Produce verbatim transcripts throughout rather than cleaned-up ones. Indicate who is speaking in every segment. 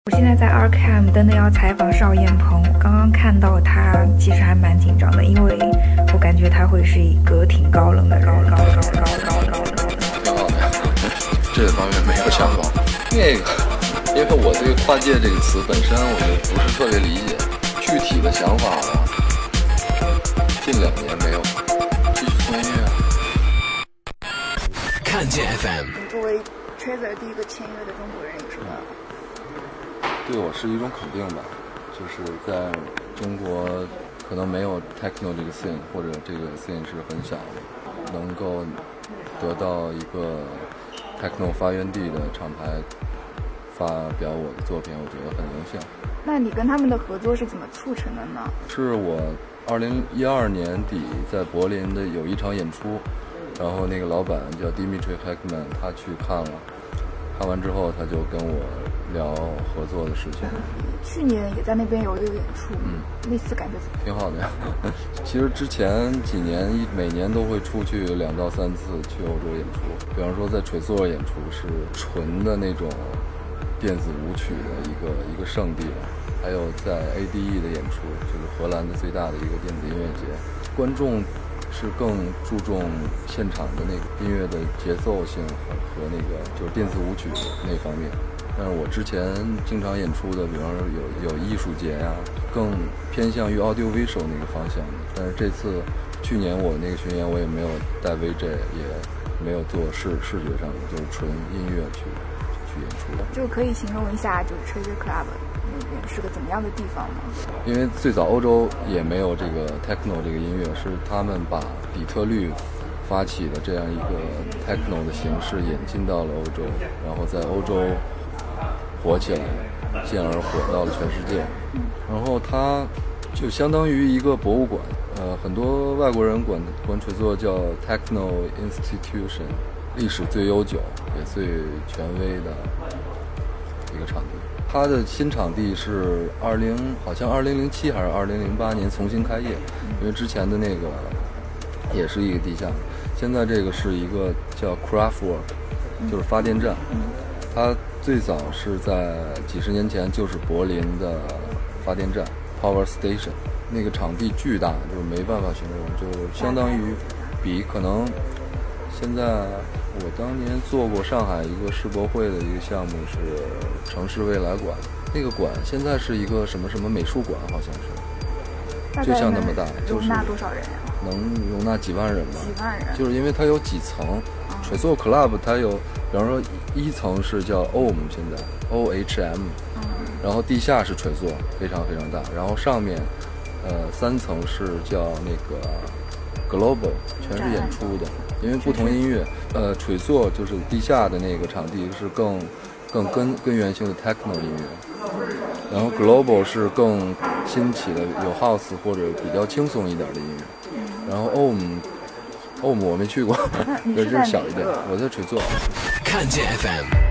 Speaker 1: 我现在在 Arkham 真的要采访邵彦鹏，刚刚看到他其实还蛮紧张的，因为我感觉他会是一个挺高冷的人，高高高高高高高。
Speaker 2: 挺好的呀，这方面没有想法。那个，因为我对跨界这个词本身我就不是特别理解，具体的想法啊，近两年没有，继续做音乐。
Speaker 3: 看见 F M。
Speaker 4: 作为 Trazer 第一个签约的中国人，有什么？
Speaker 2: 对我是一种肯定吧，就是在中国可能没有 techno 这个 scene， 或者这个 scene 是很小的，能够得到一个 techno 发源地的厂牌发表我的作品，我觉得很荣幸。
Speaker 4: 那你跟他们的合作是怎么促成的呢？
Speaker 2: 是我二零一二年底在柏林的有一场演出，然后那个老板叫 Dimitri Heckman， 他去看了，看完之后他就跟我聊合作的事情。
Speaker 4: 去年也在那边有一个演出，嗯，那次感觉怎么样？
Speaker 2: 挺好的呀。其实之前几年一每年都会出去两到三次去欧洲演出，比方说在锤索演出是纯的那种电子舞曲的一个一个圣地吧，还有在 A D E 的演出，就是荷兰的最大的一个电子音乐节，观众是更注重现场的那个音乐的节奏性和和那个就是电子舞曲那方面。但是我之前经常演出的，比方说有有艺术节呀、啊，更偏向于 audio visual 那个方向的。但是这次去年我那个巡演，我也没有带 V J， 也没有做视视觉上的，就是纯音乐去去演出的。
Speaker 4: 就可以形容一下，就是 Trazer Club 那边是个怎么样的地方吗？
Speaker 2: 因为最早欧洲也没有这个 techno 这个音乐，是他们把底特律发起的这样一个 techno 的形式引进到了欧洲，然后在欧洲火起来，进而火到了全世界。然后它就相当于一个博物馆，呃，很多外国人管管锤作叫 Techno Institution， 历史最悠久也最权威的一个场地。它的新场地是二零好像二零零七还是二零零八年重新开业，因为之前的那个也是一个地下，现在这个是一个叫 Kraftwerk， 就是发电站。它最早是在几十年前就是柏林的发电站 Power Station， 那个场地巨大，就是没办法形容，就相当于比可能现在我当年做过上海一个世博会的一个项目是城市未来馆，那个馆现在是一个什么什么美术馆，好像是就像那么大，就是
Speaker 4: 容纳多少人呀？
Speaker 2: 能容纳几万人吧，
Speaker 4: 几万人，
Speaker 2: 就是因为它有几层。锤索 Club 它有，比方说一层是叫 O M， 现在 O H M， 然后地下是锤索，非常非常大，然后上面呃三层是叫那个 Global， 全是演出的，因为不同音乐，呃锤索就是地下的那个场地是更更根根源性的 techno 音乐，然后 Global 是更新起的有 house 或者比较轻松一点的音乐，然后 O M。欧姆我没去过，这是小一点。我在锤作。
Speaker 3: 看见 F M。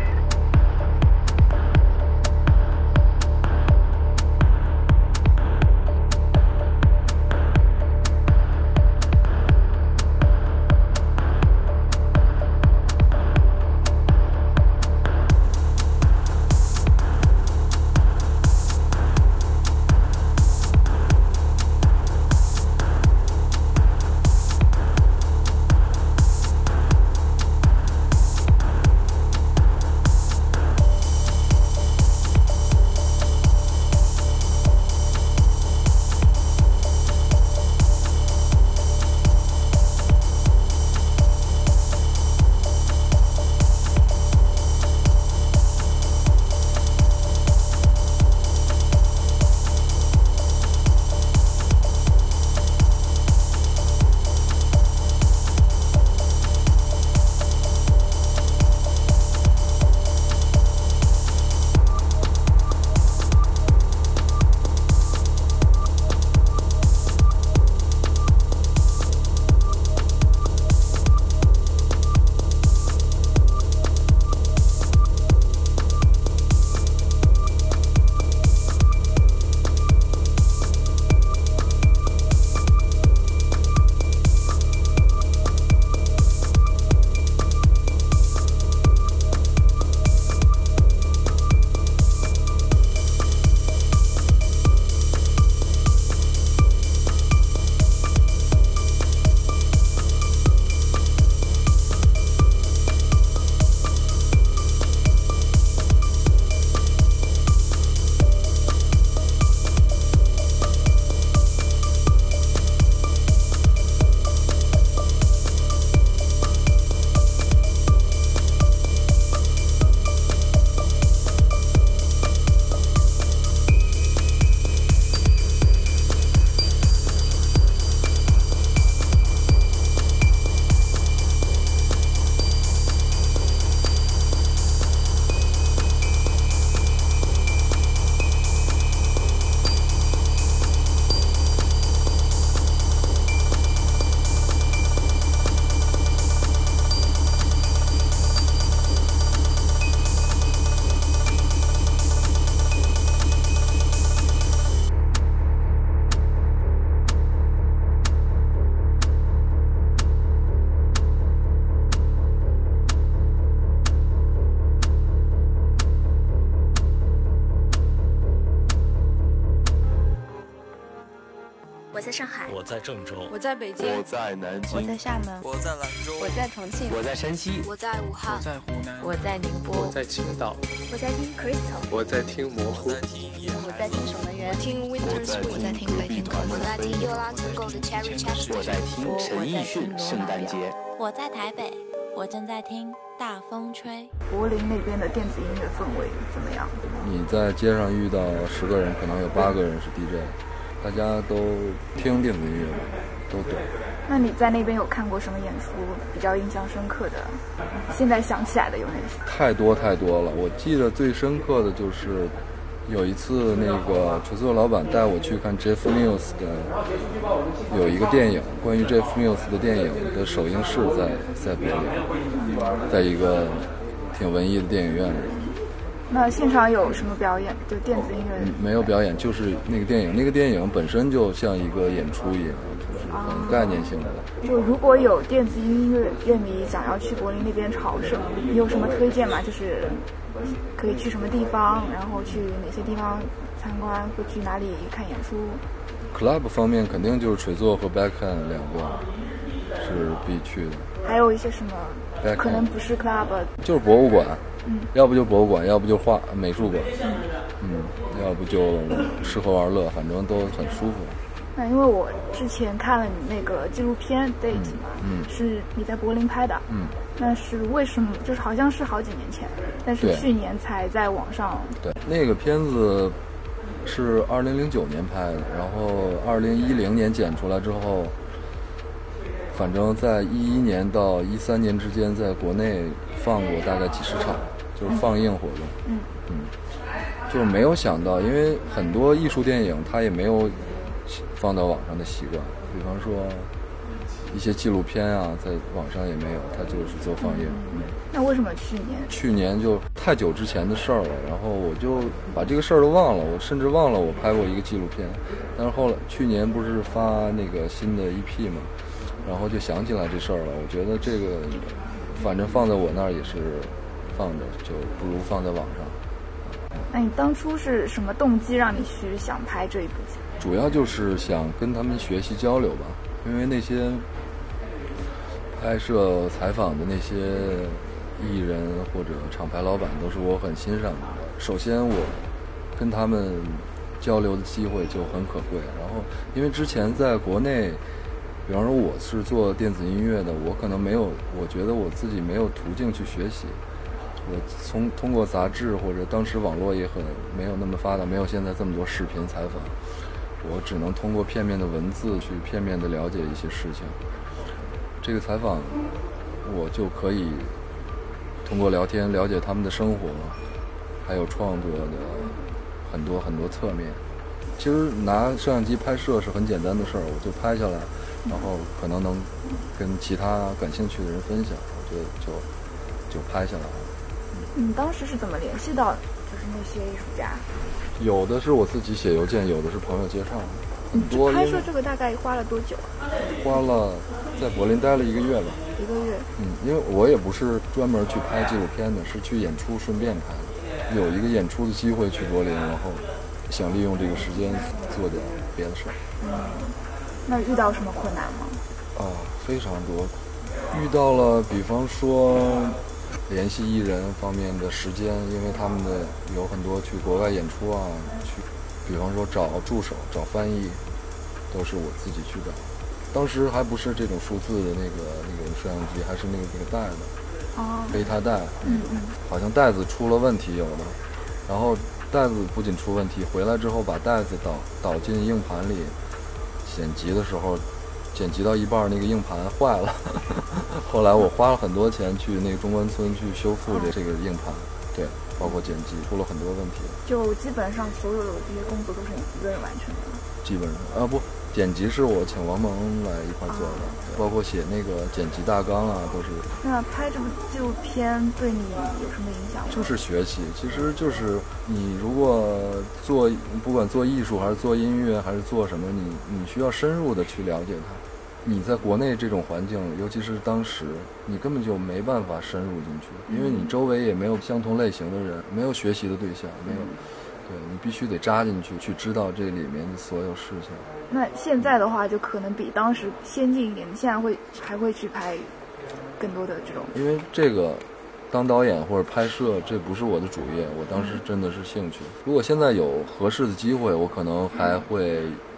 Speaker 5: 在上海，
Speaker 6: 我在郑州，
Speaker 7: 我在北京，
Speaker 8: 我在南京，
Speaker 9: 我在厦门，
Speaker 10: 我在兰州，
Speaker 11: 我在重庆，
Speaker 12: 我在山西，
Speaker 5: 我在武汉，
Speaker 10: 我在湖南，
Speaker 9: 我在宁波，
Speaker 13: 我在青岛，
Speaker 5: 我在听 Crystal，
Speaker 13: 我在听模糊，
Speaker 11: 我在听守门员，
Speaker 7: 我听 Winter Sweet，
Speaker 9: 我在听北京，
Speaker 5: 我在听 Yolanda的 Cherry Chapter，
Speaker 12: 我在听陈奕迅圣诞节，
Speaker 14: 我在台北，我正在听大风吹。
Speaker 4: 柏林那边的电子音乐氛围怎么样？
Speaker 2: 你在街上遇到十个人，可能有八个人是 D J， 大家都听电子音乐，都懂。
Speaker 4: 那你在那边有看过什么演出比较印象深刻的？现在想起来的有哪些？
Speaker 2: 太多太多了，我记得最深刻的就是有一次那个锤子老板带我去看 Jeff Mills 的有一个电影，关于 Jeff Mills 的电影的首映式在在柏林，在一个挺文艺的电影院里。
Speaker 4: 那现场有什么表演？就电子音乐、
Speaker 2: 嗯？没有表演，就是那个电影。那个电影本身就像一个演出一样，就是很概念性的。
Speaker 4: 啊、就如果有电子音乐乐迷想要去柏林那边朝圣，你有什么推荐吗？就是可以去什么地方，然后去哪些地方参观，会去哪里看演出
Speaker 2: ？Club 方面肯定就是锤作和 Backhand 两个是必去的。
Speaker 4: 还有一些什么？可能不是 Club，
Speaker 2: 就是博物馆。
Speaker 4: 嗯，
Speaker 2: 要不就博物馆，要不就画美术馆，嗯，要不就吃喝玩乐，反正都很舒服。
Speaker 4: 那因为我之前看了你那个纪录片 Date 嘛，
Speaker 2: 嗯，
Speaker 4: 是你在柏林拍的，
Speaker 2: 嗯，
Speaker 4: 那是为什么？就是好像是好几年前，但是去年才在网上。
Speaker 2: 对，那个片子是二零零九年拍的，然后二零一零年剪出来之后，反正在一一年到一三年之间，在国内放过大概几十场，就是放映活动。
Speaker 4: 嗯
Speaker 2: 嗯，就是没有想到，因为很多艺术电影它也没有放到网上的习惯，比方说一些纪录片啊，在网上也没有，它就是做放映。
Speaker 4: 嗯，那为什么去年？
Speaker 2: 去年就太久之前的事儿了，然后我就把这个事儿都忘了，我甚至忘了我拍过一个纪录片。但是后来去年不是发那个新的 E P 嘛，然后就想起来这事儿了。我觉得这个反正放在我那儿也是放着，就不如放在网上。
Speaker 4: 那你当初是什么动机让你去想拍这一部剧？
Speaker 2: 主要就是想跟他们学习交流吧，因为那些拍摄采访的那些艺人或者厂牌老板都是我很欣赏的。首先我跟他们交流的机会就很可贵，然后因为之前在国内，比方说我是做电子音乐的，我可能没有，我觉得我自己没有途径去学习。我从通过杂志或者当时网络也很没有那么发达，没有现在这么多视频采访，我只能通过片面的文字去片面的了解一些事情。这个采访我就可以通过聊天了解他们的生活，还有创作的很多很多侧面。其实拿摄像机拍摄是很简单的事儿，我就拍下来，然后可能能跟其他感兴趣的人分享，我觉得就就拍下来了。
Speaker 4: 你当时是怎么联系到就是那些艺术家？
Speaker 2: 有的是我自己写邮件，有的是朋友介绍。很多
Speaker 4: 拍摄这个大概花了多久啊？
Speaker 2: 花了在柏林待了一个月吧。
Speaker 4: 一个月。
Speaker 2: 嗯，因为我也不是专门去拍纪录片的，是去演出顺便拍的。有一个演出的机会去柏林，然后想利用这个时间做点别的事儿。
Speaker 4: 嗯，那遇到什么困难吗？
Speaker 2: 啊，非常多。遇到了，比方说联系艺人方面的时间，因为他们的有很多去国外演出啊，去，比方说找助手、找翻译，都是我自己去找。当时还不是这种数字的那个那个摄像机，还是那个那个带的，
Speaker 4: 哦，
Speaker 2: 备胎带，
Speaker 4: 嗯嗯，
Speaker 2: 好像带子出了问题有的，然后带子不仅出问题，回来之后把带子导导进硬盘里，剪辑的时候。剪辑到一半，那个硬盘坏了，后来我花了很多钱去那个中关村去修复这这个硬盘，对，包括剪辑出了很多问题。
Speaker 4: 就基本上所有的这些工作都是你一个人完成的。
Speaker 2: 基本上啊不，剪辑是我请王蒙来一块做的，啊、包括写那个剪辑大纲啊，都是。
Speaker 4: 那拍这部纪录片对你有什么影响吗？
Speaker 2: 就是学习，其实就是你如果做不管做艺术还是做音乐还是做什么，你你需要深入的去了解它。你在国内这种环境，尤其是当时，你根本就没办法深入进去，因为你周围也没有相同类型的人，没有学习的对象，没有， 对，你必须得扎进去，去知道这里面的所有事情。
Speaker 4: 那现在的话，就可能比当时先进一点，你现在会还会去拍更多的这种。
Speaker 2: 因为这个当导演或者拍摄，这不是我的主业，我当时真的是兴趣。如果现在有合适的机会，我可能还会